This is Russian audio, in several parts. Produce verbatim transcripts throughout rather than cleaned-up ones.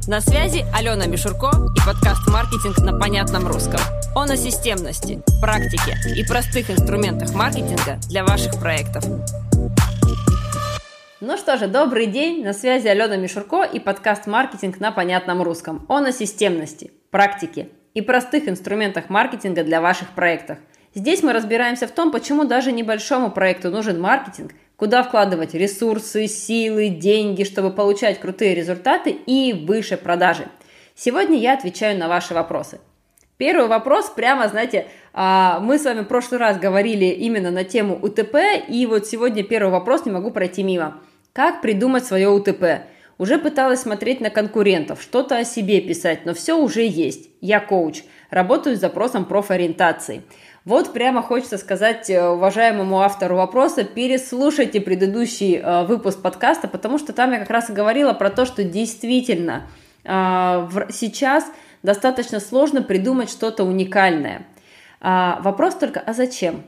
На связи Алена Мишурко и подкаст «Маркетинг на понятном русском». Он о системности, практике и простых инструментах маркетинга для ваших проектов. Ну что же, добрый день, на связи Алена Мишурко и подкаст «Маркетинг на понятном русском». Он о системности, практике и простых инструментах маркетинга для ваших проектов. Здесь мы разбираемся в том, почему даже небольшому проекту нужен маркетинг, куда вкладывать ресурсы, силы, деньги, чтобы получать крутые результаты и выше продажи. Сегодня я отвечаю на ваши вопросы. Первый вопрос, прямо, знаете, мы с вами в прошлый раз говорили именно на тему УТП, и вот сегодня первый вопрос не могу пройти мимо. Как придумать свое УТП? Уже пыталась смотреть на конкурентов, что-то о себе писать, но все уже есть. Я коуч, работаю с запросом профориентации. Вот прямо хочется сказать уважаемому автору вопроса, переслушайте предыдущий э, выпуск подкаста, потому что там я как раз и говорила про то, что действительно э, в, сейчас достаточно сложно придумать что-то уникальное. А, вопрос только, а зачем?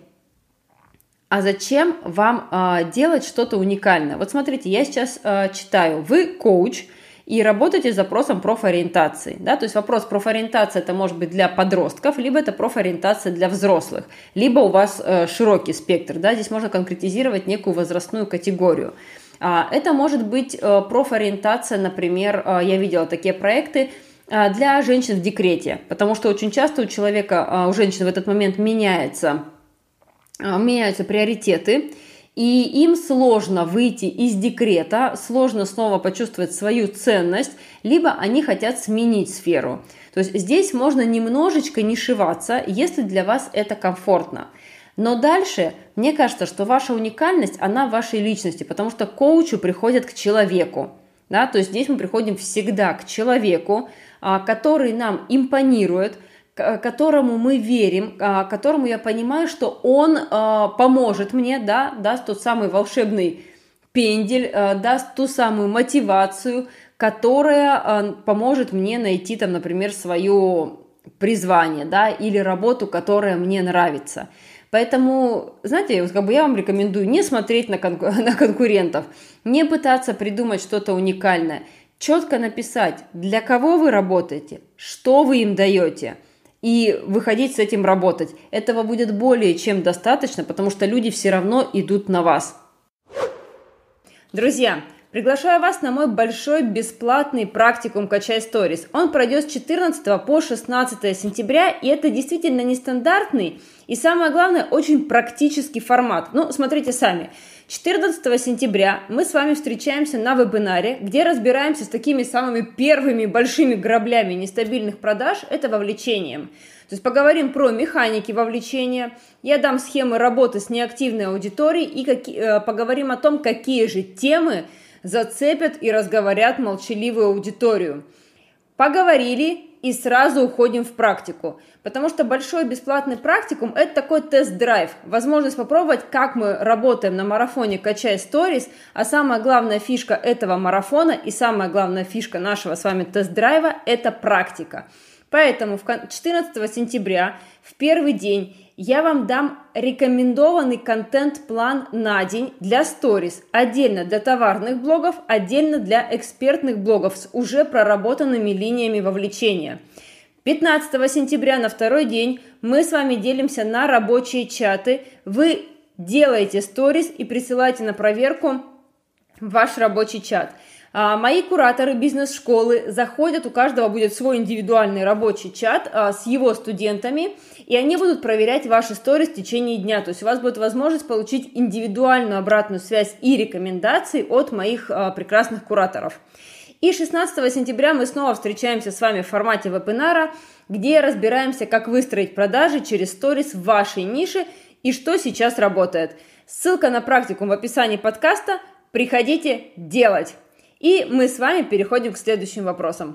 А зачем вам э, делать что-то уникальное? Вот смотрите, я сейчас э, читаю, вы коуч, и работаете с запросом профориентации. Да? То есть вопрос профориентации это может быть для подростков, либо это профориентация для взрослых, либо у вас э, широкий спектр. Да? Здесь можно конкретизировать некую возрастную категорию. А, это может быть э, профориентация, например, э, я видела такие проекты, э, для женщин в декрете, потому что очень часто у человека, э, у женщин в этот момент меняется, э, меняются приоритеты, и им сложно выйти из декрета, сложно снова почувствовать свою ценность, либо они хотят сменить сферу. То есть здесь можно немножечко нишеваться, если для вас это комфортно. Но дальше, мне кажется, что ваша уникальность, она в вашей личности, потому что коучу приходят к человеку. Да? То есть здесь мы приходим всегда к человеку, который нам импонирует, которому мы верим, которому я понимаю, что он поможет мне, да, даст тот самый волшебный пендель, даст ту самую мотивацию, которая поможет мне найти, там, например, свое призвание, да, или работу, которая мне нравится. Поэтому, знаете, как бы я вам рекомендую не смотреть на, кон- на конкурентов, не пытаться придумать что-то уникальное, четко написать, для кого вы работаете, что вы им даете, и выходить с этим работать. Этого будет более чем достаточно, потому что люди все равно идут на вас. Друзья, приглашаю вас на мой большой бесплатный практикум «Качай сторис». Он пройдет с четырнадцатого по шестнадцатое сентября, и это действительно нестандартный и, самое главное, очень практический формат. Ну, смотрите сами. четырнадцатого сентября мы с вами встречаемся на вебинаре, где разбираемся с такими самыми первыми большими граблями нестабильных продаж – это вовлечением. То есть поговорим про механики вовлечения, я дам схемы работы с неактивной аудиторией и какие, э, поговорим о том, какие же темы зацепят и разговорят молчаливую аудиторию. Поговорили и сразу уходим в практику, потому что большой бесплатный практикум – это такой тест-драйв, возможность попробовать, как мы работаем на марафоне «Качай сторис», а самая главная фишка этого марафона и самая главная фишка нашего с вами тест-драйва – это практика. Поэтому четырнадцатого сентября, в первый день, я вам дам рекомендованный контент-план на день для сторис, отдельно для товарных блогов, отдельно для экспертных блогов с уже проработанными линиями вовлечения. пятнадцатого сентября на второй день мы с вами делимся на рабочие чаты. Вы делаете сторис и присылаете на проверку ваш рабочий чат. Мои кураторы бизнес-школы заходят, у каждого будет свой индивидуальный рабочий чат а, с его студентами, и они будут проверять ваши сторис в течение дня. То есть у вас будет возможность получить индивидуальную обратную связь и рекомендации от моих а, прекрасных кураторов. И шестнадцатого сентября мы снова встречаемся с вами в формате вебинара, где разбираемся, как выстроить продажи через сторис в вашей нише и что сейчас работает. Ссылка на практикум в описании подкаста. Приходите делать! И мы с вами переходим к следующим вопросам.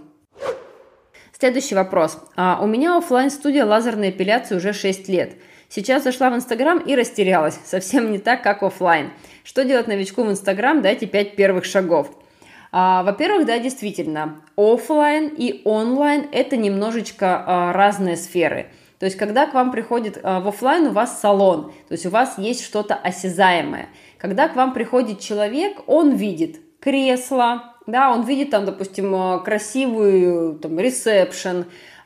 Следующий вопрос. А, у меня офлайн-студия лазерной эпиляции уже шесть лет. Сейчас зашла в Инстаграм и растерялась. Совсем не так, как офлайн. Что делать новичку в Инстаграм? Дайте пять первых шагов. А, во-первых, да, действительно, офлайн и онлайн – это немножечко а, разные сферы. То есть, когда к вам приходит а, в офлайн, у вас салон, то есть у вас есть что-то осязаемое. Когда к вам приходит человек, он видит кресло, да, он видит там, допустим, красивый там ресепшн,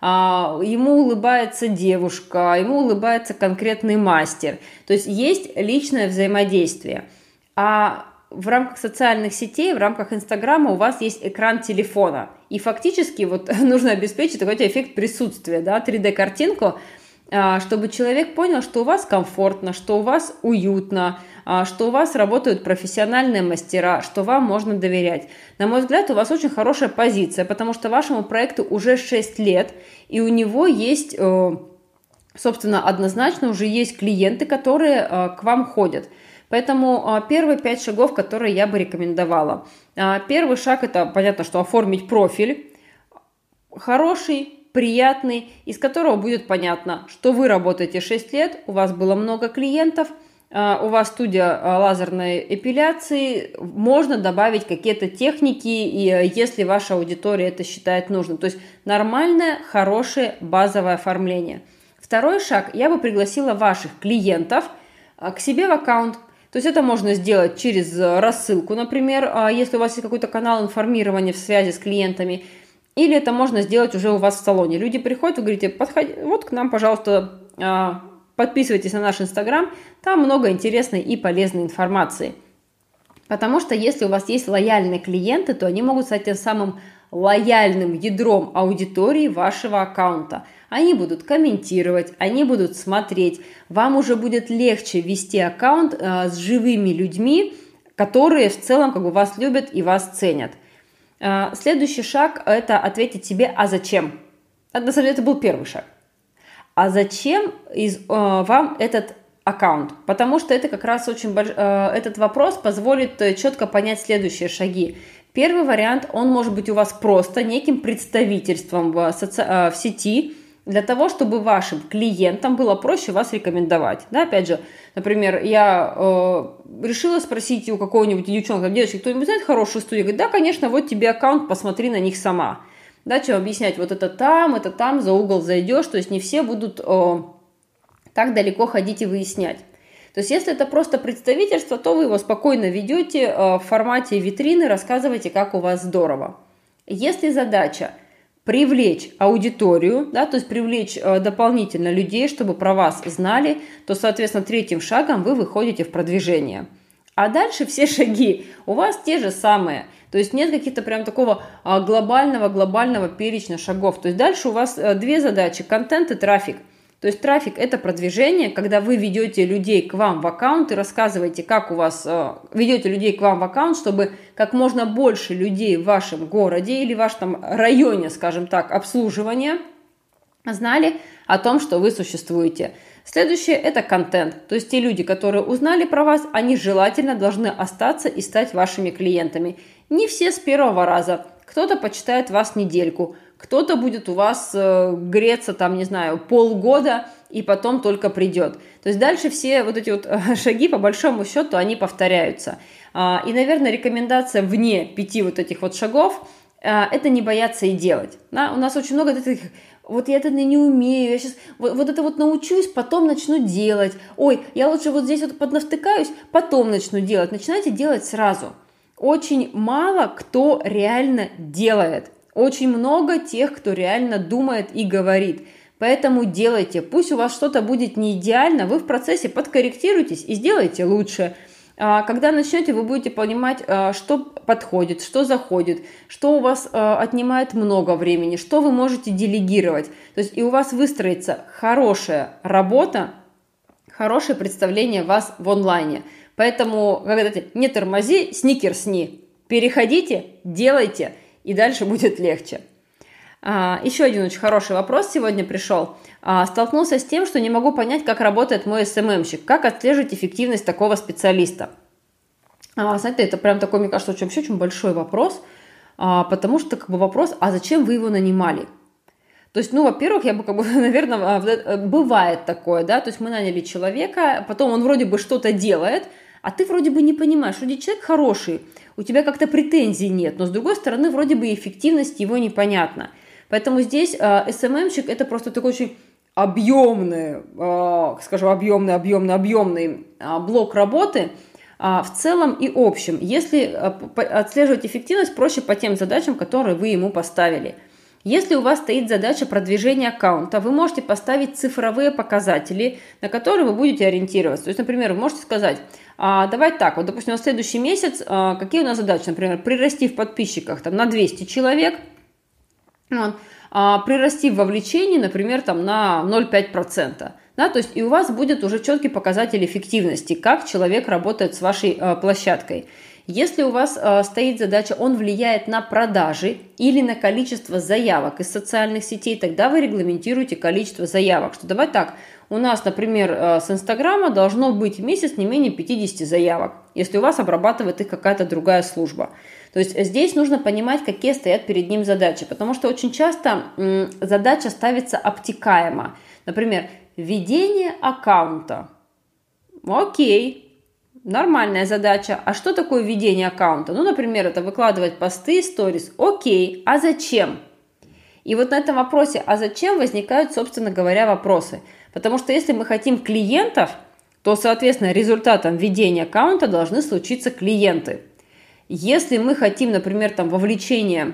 ему улыбается девушка, ему улыбается конкретный мастер. То есть есть личное взаимодействие. А в рамках социальных сетей, в рамках Инстаграма у вас есть экран телефона. И фактически вот нужно обеспечить такой эффект присутствия, да, три дэ-картинку, чтобы человек понял, что у вас комфортно, что у вас уютно, что у вас работают профессиональные мастера, что вам можно доверять. На мой взгляд, у вас очень хорошая позиция, потому что вашему проекту уже шесть лет, и у него есть, собственно, однозначно уже есть клиенты, которые к вам ходят. Поэтому первые пять шагов, которые я бы рекомендовала. Первый шаг – это, понятно, что оформить профиль хороший, приятный, из которого будет понятно, что вы работаете шесть лет, у вас было много клиентов, у вас студия лазерной эпиляции, можно добавить какие-то техники, и если ваша аудитория это считает нужным. То есть нормальное, хорошее базовое оформление. Второй шаг, я бы пригласила ваших клиентов к себе в аккаунт. То есть это можно сделать через рассылку, например, если у вас есть какой-то канал информирования в связи с клиентами, или это можно сделать уже у вас в салоне. Люди приходят, вы говорите, подходи, вот к нам, пожалуйста, подписывайтесь на наш Инстаграм, там много интересной и полезной информации. Потому что если у вас есть лояльные клиенты, то они могут стать тем самым лояльным ядром аудитории вашего аккаунта. Они будут комментировать, они будут смотреть. Вам уже будет легче вести аккаунт с живыми людьми, которые в целом как бы вас любят и вас ценят. Следующий шаг – это ответить себе «а зачем?». На самом деле это был первый шаг. А зачем из, э, вам этот аккаунт? Потому что это как раз очень больш... э, этот вопрос позволит четко понять следующие шаги. Первый вариант, он может быть у вас просто неким представительством в, соци... э, в сети, для того, чтобы вашим клиентам было проще вас рекомендовать. Да, опять же, например, я э, решила спросить у какого-нибудь девчонка, девочки, кто-нибудь знает хорошую студию? Говорит, да, конечно, вот тебе аккаунт, посмотри на них сама. Да, что объяснять, вот это там, это там, за угол зайдешь, то есть не все будут э, так далеко ходить и выяснять. То есть если это просто представительство, то вы его спокойно ведете э, в формате витрины, рассказываете, как у вас здорово. Если задача привлечь аудиторию, да, то есть привлечь э, дополнительно людей, чтобы про вас знали, то, соответственно, третьим шагом вы выходите в продвижение. А дальше все шаги у вас те же самые. То есть нет каких-то прям такого глобального-глобального перечня шагов. То есть дальше у вас две задачи – контент и трафик. То есть трафик – это продвижение, когда вы ведете людей к вам в аккаунт и рассказываете, как у вас, ведете людей к вам в аккаунт, чтобы как можно больше людей в вашем городе или в вашем районе, скажем так, обслуживания знали о том, что вы существуете. Следующее – это контент. То есть те люди, которые узнали про вас, они желательно должны остаться и стать вашими клиентами. Не все с первого раза. Кто-то почитает вас недельку, кто-то будет у вас э, греться, там, не знаю, полгода и потом только придет. То есть дальше все вот эти вот шаги, по большому счету, они повторяются. А, и, наверное, рекомендация вне пяти вот этих вот шагов а, – это не бояться и делать. Да? У нас очень много таких… Вот я это не умею, я сейчас вот, вот это вот научусь, потом начну делать. Ой, я лучше вот здесь вот поднавтыкаюсь, потом начну делать. Начинайте делать сразу. Очень мало кто реально делает. Очень много тех, кто реально думает и говорит. Поэтому делайте. Пусть у вас что-то будет не идеально, вы в процессе подкорректируйтесь и сделайте лучше. Когда начнете, вы будете понимать, что подходит, что заходит, что у вас отнимает много времени, что вы можете делегировать. То есть и у вас выстроится хорошая работа, хорошее представление вас в онлайне. Поэтому, как говорите, не тормози, сникерсни. Переходите, делайте, и дальше будет легче. Еще один очень хороший вопрос сегодня пришел. Столкнулся с тем, что не могу понять, как работает мой эс эм эм-щик. Как отслеживать эффективность такого специалиста? Знаете, это прям такой, мне кажется, очень, очень большой вопрос, потому что как бы вопрос, а зачем вы его нанимали? То есть, ну, во-первых, я бы, как бы, наверное, бывает такое, да, то есть мы наняли человека, потом он вроде бы что-то делает, а ты вроде бы не понимаешь, вроде человек хороший, у тебя как-то претензий нет, но с другой стороны, вроде бы эффективность его непонятна. Поэтому здесь эс эм эм-щик это просто такой очень объемный, скажем, объемный, объемный, объемный блок работы, в целом и общем. Если отслеживать эффективность, проще по тем задачам, которые вы ему поставили. Если у вас стоит задача продвижения аккаунта, вы можете поставить цифровые показатели, на которые вы будете ориентироваться. То есть, например, вы можете сказать, а, давай так, вот, допустим, на следующий месяц, а, какие у нас задачи, например, прирасти в подписчиках там, на двести человек, вот, а, прирасти в вовлечении, например, там, на ноль целых пять десятых процента. Да, то есть и у вас будет уже четкий показатель эффективности, как человек работает с вашей а, площадкой. Если у вас э, стоит задача, он влияет на продажи или на количество заявок из социальных сетей, тогда вы регламентируете количество заявок. Что давай так, у нас, например, э, с Инстаграма должно быть в месяц не менее пятьдесят заявок, если у вас обрабатывает их какая-то другая служба. То есть здесь нужно понимать, какие стоят перед ним задачи, потому что очень часто м, задача ставится обтекаемо. Например, ведение аккаунта. Окей. Нормальная задача. А что такое ведение аккаунта? Ну, например, это выкладывать посты, сторис. Окей, а зачем? И вот на этом вопросе «а зачем?» возникают, собственно говоря, вопросы. Потому что если мы хотим клиентов, то, соответственно, результатом ведения аккаунта должны случиться клиенты. Если мы хотим, например, там, вовлечение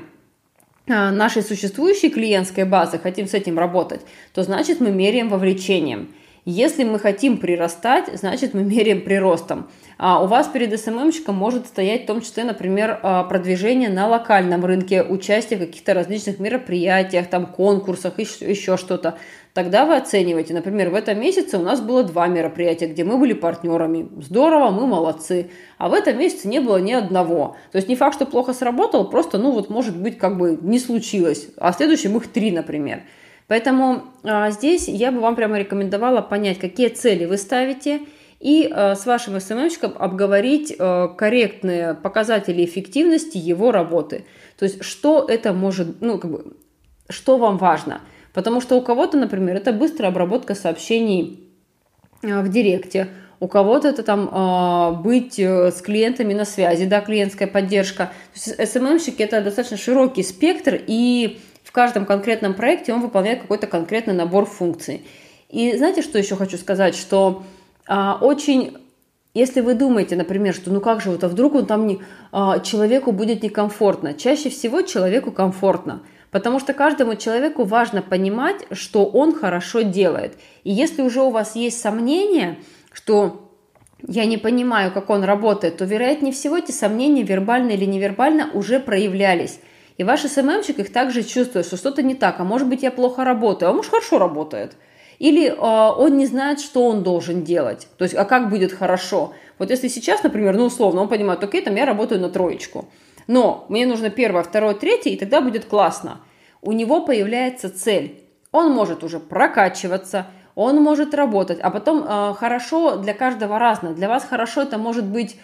нашей существующей клиентской базы, хотим с этим работать, то значит мы меряем вовлечением. Если мы хотим прирастать, значит мы меряем приростом. А у вас перед эс эм эм-щиком может стоять в том числе, например, продвижение на локальном рынке, участие в каких-то различных мероприятиях, там, конкурсах, еще, еще что-то. Тогда вы оцениваете, например, в этом месяце у нас было два мероприятия, где мы были партнерами. Здорово, мы молодцы. А в этом месяце не было ни одного. То есть не факт, что плохо сработало, просто, ну вот, может быть, как бы не случилось. А в следующем их три, например. Поэтому а, здесь я бы вам прямо рекомендовала понять, какие цели вы ставите, и а, с вашим эс эм эм-щиком обговорить а, корректные показатели эффективности его работы. То есть что это может, ну, как бы, что вам важно. Потому что у кого-то, например, это быстрая обработка сообщений а, в директе, у кого-то это там а, быть с клиентами на связи, да, клиентская поддержка. То есть эс эм эм-щики это достаточно широкий спектр, и в каждом конкретном проекте он выполняет какой-то конкретный набор функций. И знаете, что еще хочу сказать? Что а, очень, если вы думаете, например, что ну как же, вот, а вдруг он там не, а, человеку будет некомфортно. Чаще всего человеку комфортно, потому что каждому человеку важно понимать, что он хорошо делает. И если уже у вас есть сомнения, что я не понимаю, как он работает, то, вероятнее всего, эти сомнения вербально или невербально уже проявлялись. И ваш эс эм эм-щик их также чувствует, что что-то не так, а может быть я плохо работаю, а может хорошо работает. Или э, он не знает, что он должен делать, то есть а как будет хорошо. Вот если сейчас, например, ну условно, он понимает, окей, там я работаю на троечку, но мне нужно первое, второе, третье, и тогда будет классно. У него появляется цель, он может уже прокачиваться, он может работать, а потом э, хорошо для каждого разное. Для вас хорошо это может быть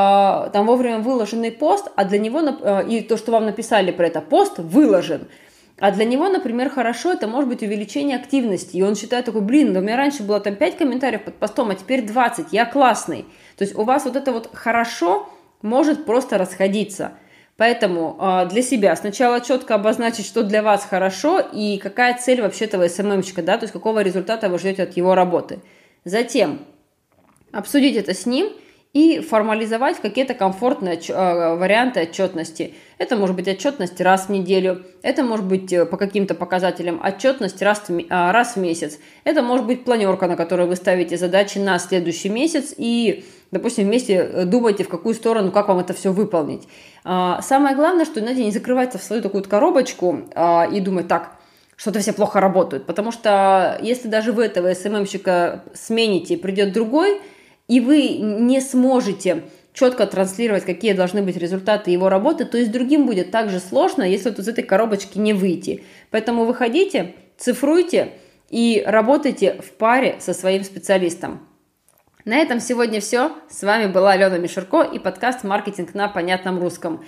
там вовремя выложенный пост, а для него, и то, что вам написали про это, пост выложен. А для него, например, хорошо, это может быть увеличение активности. И он считает такой, блин, да у меня раньше было там пять комментариев под постом, а теперь двадцать, я классный. То есть у вас вот это вот хорошо может просто расходиться. Поэтому для себя сначала четко обозначить, что для вас хорошо и какая цель вообще этого эс эм эм-щика, да, то есть какого результата вы ждете от его работы. Затем обсудить это с ним и формализовать какие-то комфортные варианты отчетности. Это может быть отчетность раз в неделю, это может быть по каким-то показателям отчетность раз в, раз в месяц, это может быть планерка, на которой вы ставите задачи на следующий месяц и, допустим, вместе думаете, в какую сторону, как вам это все выполнить. Самое главное, что, знаете, не закрываться в свою такую коробочку и думать, так, что-то все плохо работают, потому что если даже вы этого эс эм эм-щика смените и придет другой, и вы не сможете четко транслировать, какие должны быть результаты его работы, то есть другим будет также сложно, если вот из этой коробочки не выйти. Поэтому выходите, цифруйте и работайте в паре со своим специалистом. На этом сегодня все. С вами была Алена Мишурко и подкаст «Маркетинг на понятном русском».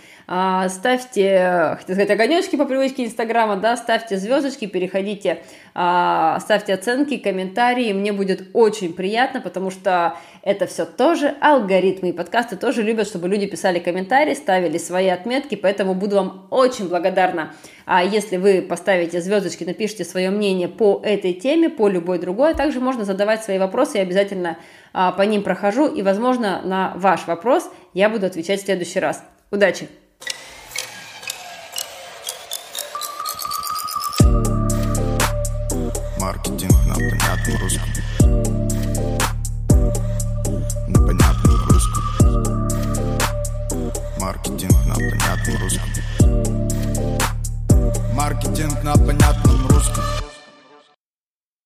Ставьте, хотел сказать, огонечки по привычке Инстаграма, да, ставьте звездочки, переходите, ставьте оценки, комментарии. Мне будет очень приятно, потому что это все тоже алгоритмы. И подкасты тоже любят, чтобы люди писали комментарии, ставили свои отметки, поэтому буду вам очень благодарна А если вы поставите звездочки, напишите свое мнение по этой теме, по любой другой, также можно задавать свои вопросы, я обязательно а, по ним прохожу, и, возможно, на ваш вопрос я буду отвечать в следующий раз. Удачи! Маркетинг на понятном русском. На понятном русском. Маркетинг на понятном русском. Маркетинг на понятном русском.